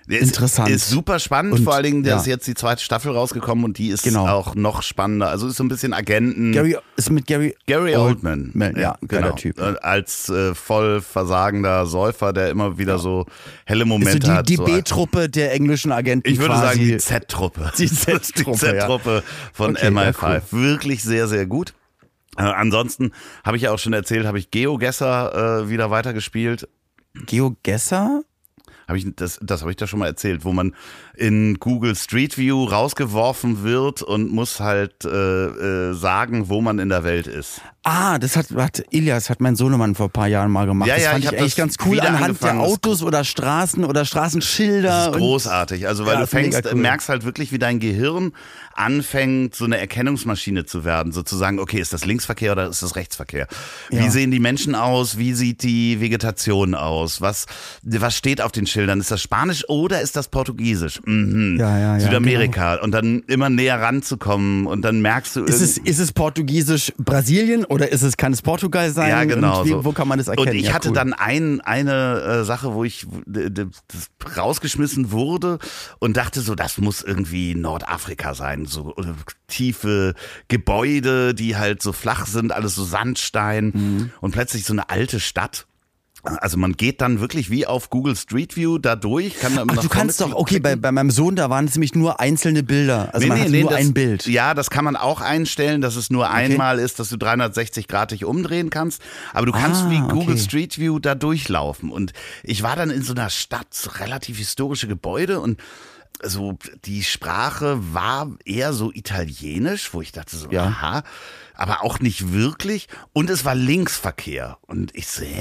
interessant. Ist super spannend, Und, vor allen Dingen, da ja. ist jetzt die zweite Staffel rausgekommen und die ist Genau. auch noch spannender. Also ist so ein bisschen Agenten. Gary Oldman. Ja, geiler Typ. Als voll versagender Säufer, der immer wieder so helle Momente Ist so hat. die so B-Truppe der englischen Agenten. Ich würde quasi. sagen, die Z-Truppe. Die Z-Truppe, Die Z-Truppe von Okay, MI5. ja, cool. Wirklich sehr, sehr gut. Ansonsten habe ich ja auch schon erzählt, habe ich GeoGuessr wieder weitergespielt. GeoGuessr? Das habe ich da schon mal erzählt, wo man in Google Street View rausgeworfen wird und muss halt sagen, wo man in der Welt ist. Das hat Ilias, hat mein Sohnemann vor ein paar Jahren mal gemacht. Ja, das ja, fand ich ich hab echt das ganz cool wieder anhand der angefangen. Autos oder Straßen oder Straßenschilder. Das ist großartig, also weil Ja, du ist mega cool. merkst halt wirklich, wie dein Gehirn anfängt, so eine Erkennungsmaschine zu werden, sozusagen, okay, ist das Linksverkehr oder ist das Rechtsverkehr? Ja. Wie sehen die Menschen aus? Wie sieht die Vegetation aus? Was steht auf den Schildern? Ist das Spanisch oder ist das Portugiesisch? Mhm. Ja, Südamerika. Und dann immer näher ranzukommen und dann merkst du Ist es Portugiesisch Brasilien oder kann es Portugal sein? Ja, genau. Und wo kann man das erkennen? Und ich Ja, hatte cool. dann eine Sache, wo ich rausgeschmissen wurde und dachte so, das muss irgendwie Nordafrika sein. So tiefe Gebäude, die halt so flach sind, alles so Sandstein und plötzlich so eine alte Stadt. Also man geht dann wirklich wie auf Google Street View da durch. Kann Ach, du kannst doch, okay, bei meinem Sohn, da waren es nämlich nur einzelne Bilder. Also man hat nur ein Bild. Ja, das kann man auch einstellen, dass es nur einmal ist, dass du 360 Grad dich umdrehen kannst. Aber du kannst wie Google Street View da durchlaufen. Und ich war dann in so einer Stadt, so relativ historische Gebäude und so die Sprache war eher so italienisch, wo ich dachte so, aha, aber auch nicht wirklich. Und es war Linksverkehr. Und ich so,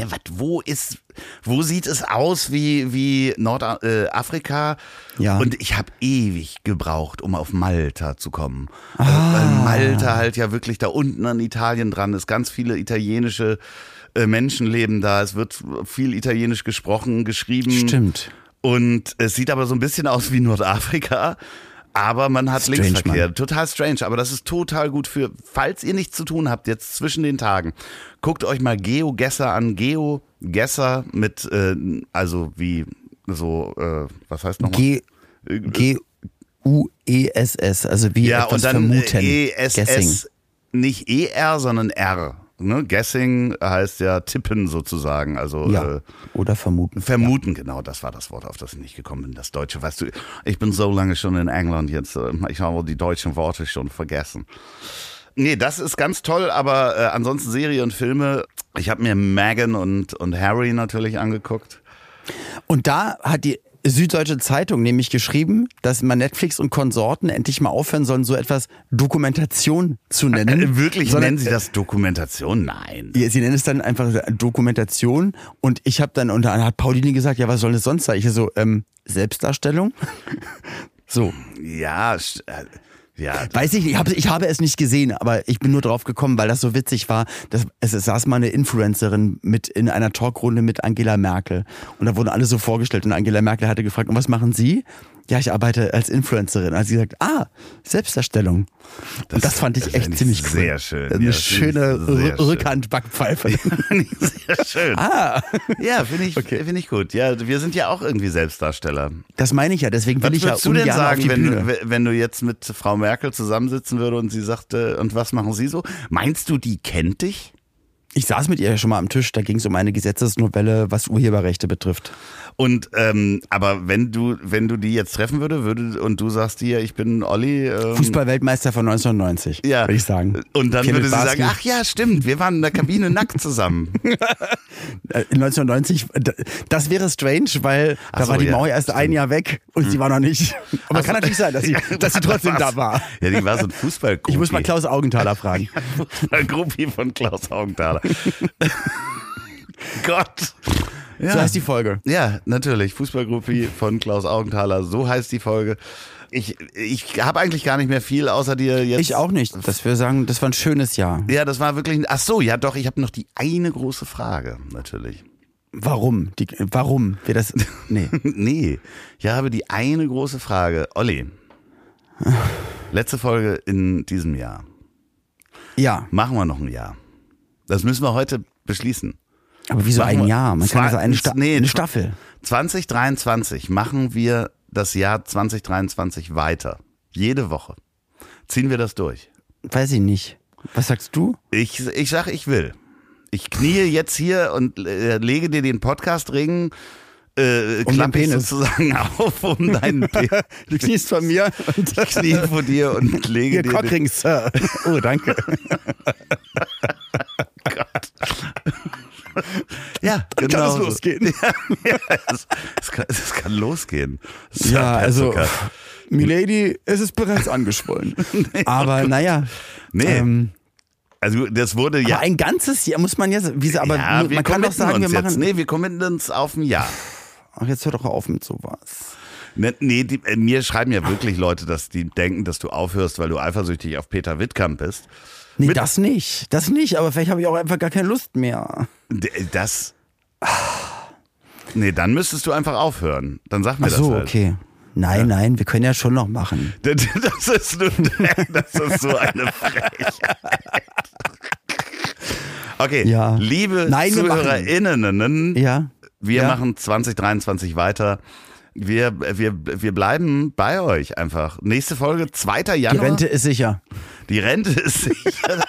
wo sieht es aus wie Nordafrika? Ja. Und ich habe ewig gebraucht, um auf Malta zu kommen. Weil Malta halt ja wirklich da unten an Italien dran ist. Ganz viele italienische Menschen leben da. Es wird viel Italienisch gesprochen, geschrieben. Stimmt. Und es sieht aber so ein bisschen aus wie Nordafrika, aber man hat Strange, Linksverkehr. Mann. Total strange, aber das ist total gut falls ihr nichts zu tun habt, jetzt zwischen den Tagen, guckt euch mal GeoGuessr an. GeoGuessr mit, also wie so, was heißt nochmal? G-U-E-S-S, also wie Ja, etwas und dann vermuten. E-S-S, Guessing. nicht E-R, sondern R. Ne? Guessing heißt ja tippen sozusagen, also Ja, oder vermuten. Vermuten, genau, das war das Wort, auf das ich nicht gekommen bin. Das Deutsche, weißt du, ich bin so lange schon in England jetzt, ich habe die deutschen Worte schon vergessen. Nee, das ist ganz toll, aber ansonsten Serie und Filme, ich habe mir Meghan und Harry natürlich angeguckt. Und da hat die Süddeutsche Zeitung nämlich geschrieben, dass man Netflix und Konsorten endlich mal aufhören sollen, so etwas Dokumentation zu nennen. Wirklich, Sondern, nennen Sie das Dokumentation? Nein. Sie nennen es dann einfach Dokumentation und ich habe dann, und dann hat Pauline gesagt, ja, was soll das sonst sein? Ich so, Selbstdarstellung? So. Ja, Weiß ich nicht, ich habe es nicht gesehen, aber ich bin nur drauf gekommen, weil das so witzig war. Es saß mal eine Influencerin mit in einer Talkrunde mit Angela Merkel und da wurden alle so vorgestellt und Angela Merkel hatte gefragt, und was machen Sie? Ja, ich arbeite als Influencerin. Also sie sagt, Selbstdarstellung. Und das fand ich echt ziemlich cool. Sehr schön. Eine schöne Rückhand-Backpfeife. Sehr schön. Ja, finde ich gut. Ja, wir sind ja auch irgendwie Selbstdarsteller. Das meine ich ja, deswegen will ich ja Was würdest du denn ungern auf die sagen, Bühne. wenn du jetzt mit Frau Merkel zusammensitzen würde und sie sagte, und was machen Sie so? Meinst du, die kennt dich? Ich saß mit ihr schon mal am Tisch, da ging es um eine Gesetzesnovelle, was Urheberrechte betrifft. Und aber wenn du die jetzt treffen würde und du sagst dir, ich bin Olli. Fußballweltmeister von 1990, würde ich sagen. Und dann würde sie Barski. sagen, ach ja, stimmt, wir waren in der Kabine nackt zusammen. 1990, das wäre strange, weil da war die Mauer erst ein Jahr weg und sie war noch nicht. Aber kann natürlich sein, dass sie trotzdem da war. Ja, die war so ein Fußballgruppi. Ich muss mal Klaus Augenthaler fragen. Fußballgruppi von Klaus Augenthaler. Gott. Ja. So heißt die Folge. Ja, natürlich. Fußballgruppi von Klaus Augenthaler. So heißt die Folge. Ich habe eigentlich gar nicht mehr viel außer dir jetzt. Ich auch nicht. Dass wir sagen, das war ein schönes Jahr. Ja, das war wirklich. Ach so, ja doch. Ich habe noch die eine große Frage natürlich. Warum? Warum? Nee. Nee. Ich habe die eine große Frage. Olli. Letzte Folge in diesem Jahr. Ja. Machen wir noch ein Jahr. Das müssen wir heute beschließen. Aber wieso ein Jahr? Man kann also eine Staffel. 2023 machen wir das Jahr 2023 weiter. Jede Woche. Ziehen wir das durch? Weiß ich nicht. Was sagst du? Ich sag, ich will. Ich knie jetzt hier und lege dir den Podcast-Ring, klappe ich sozusagen auf um deinen Penis. Du kniest von mir. Und ich knie vor dir und lege hier dir Cockring, Sir. Oh, danke. Gott. Ja, Dann genau. kann es losgehen. Es kann losgehen. Ja, also, Milady, es ist bereits angeschwollen. Aber naja. Nee. Also das wurde ja. Aber ein ganzes Jahr muss man jetzt. Aber ja, man kann doch sagen, wir machen. Nee, wir committen uns auf ein Jahr. Ach, jetzt hör doch auf mit sowas. Nee, mir schreiben ja wirklich Leute, dass die denken, dass du aufhörst, weil du eifersüchtig auf Peter Wittkamp bist. Nee, das nicht. Das nicht, aber vielleicht habe ich auch einfach gar keine Lust mehr. Nee, dann müsstest du einfach aufhören. Dann sag mir das halt. Okay. Nein, wir können ja schon noch machen. Das ist so eine Frechheit. Okay, ja. Liebe ZuhörerInnen, wir machen 2023 weiter. Wir bleiben bei euch einfach. Nächste Folge, 2. Januar. Die Rente ist sicher. Die Rente ist sicher.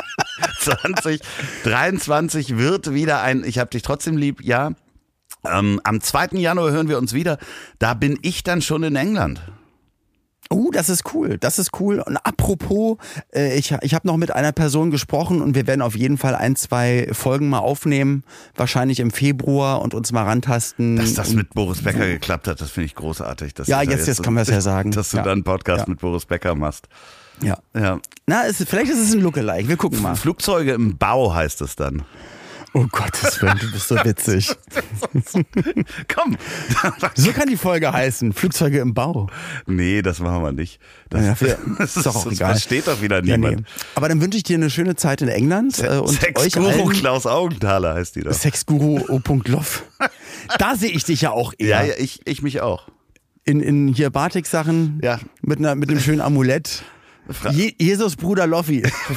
2023 wird wieder ein Ich hab dich trotzdem lieb, ja. Am 2. Januar hören wir uns wieder. Da bin ich dann schon in England. Das ist cool. Und apropos, ich habe noch mit einer Person gesprochen und wir werden auf jeden Fall 1-2 Folgen mal aufnehmen, wahrscheinlich im Februar und uns mal rantasten. Dass das mit Boris Becker geklappt hat, das finde ich großartig. Jetzt kann man es ja sagen. Dass du dann einen Podcast mit Boris Becker machst. Ja. Na, vielleicht ist es ein Lookalike, wir gucken mal. Flugzeuge im Bau heißt es dann. Oh Gottes Willen, du bist so witzig. Komm. So kann die Folge heißen, Flugzeuge im Bau. Nee, das machen wir nicht. Das ist doch auch egal. Das versteht doch wieder niemand. Nee. Aber dann wünsche ich dir eine schöne Zeit in England. Und Sexguru Klaus Augenthaler heißt die doch. Sexguru O.Loff. Da sehe ich dich ja auch eher. Ja, ich mich auch. In hier Batik-Sachen, mit einem schönen Amulett. Jesus Bruder Loffi.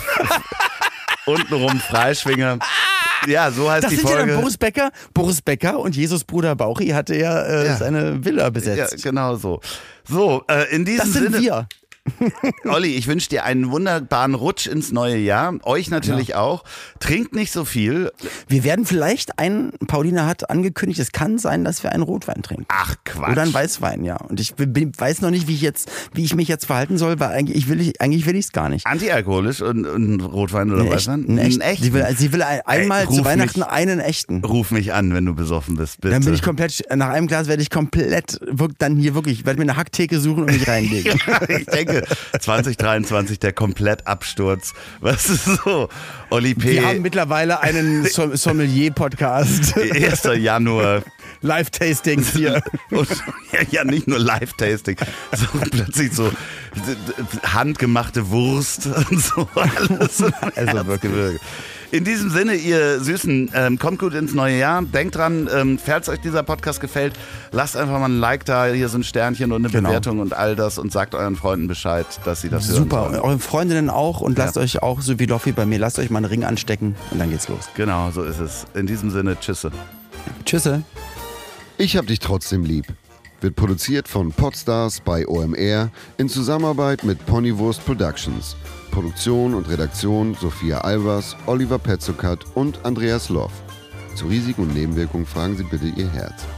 Untenrum Freischwinger. Ja, so heißt die Folge. Das sind ja dann Boris Becker und Jesus Bruder Bauchi hatte ja seine Villa besetzt. Ja, genau so. So, in diesem Sinne. Das sind wir. Olli, ich wünsche dir einen wunderbaren Rutsch ins neue Jahr. Euch natürlich auch. Trinkt nicht so viel. Wir werden vielleicht Paulina hat angekündigt, es kann sein, dass wir einen Rotwein trinken. Ach Quatsch. Oder einen Weißwein, ja. Und ich weiß noch nicht, wie ich mich jetzt verhalten soll, weil eigentlich will ich es gar nicht. Antialkoholisch und Rotwein oder Weißwein? Einen echten. Sie will einmal zu Weihnachten einen echten. Ruf mich an, wenn du besoffen bist, bitte. Dann bin ich nach einem Glas werde ich komplett, dann hier wirklich, ich werde mir eine Hacktheke suchen und mich reinlegen. Ich denke, 2023 der Komplettabsturz. Was ist so? Oli P. Wir haben mittlerweile einen Sommelier-Podcast. 1. Januar. Live-Tastings hier. Und, ja, nicht nur Live-Tasting. So, plötzlich so handgemachte Wurst und so alles. Also wirklich. In diesem Sinne, ihr Süßen, kommt gut ins neue Jahr. Denkt dran, falls euch dieser Podcast gefällt, lasst einfach mal ein Like da, hier so ein Sternchen und eine Bewertung und all das und sagt euren Freunden Bescheid, dass sie das hören. Super, und euren Freundinnen auch und lasst euch auch, so wie Loffi bei mir, lasst euch mal einen Ring anstecken und dann geht's los. Genau, so ist es. In diesem Sinne, tschüsse. Tschüsse. Ich hab dich trotzdem lieb. Wird produziert von Podstars bei OMR in Zusammenarbeit mit Ponywurst Productions. Produktion und Redaktion Sophia Albers, Oliver Petzokat und Andreas Loff. Zu Risiken und Nebenwirkungen fragen Sie bitte Ihr Herz.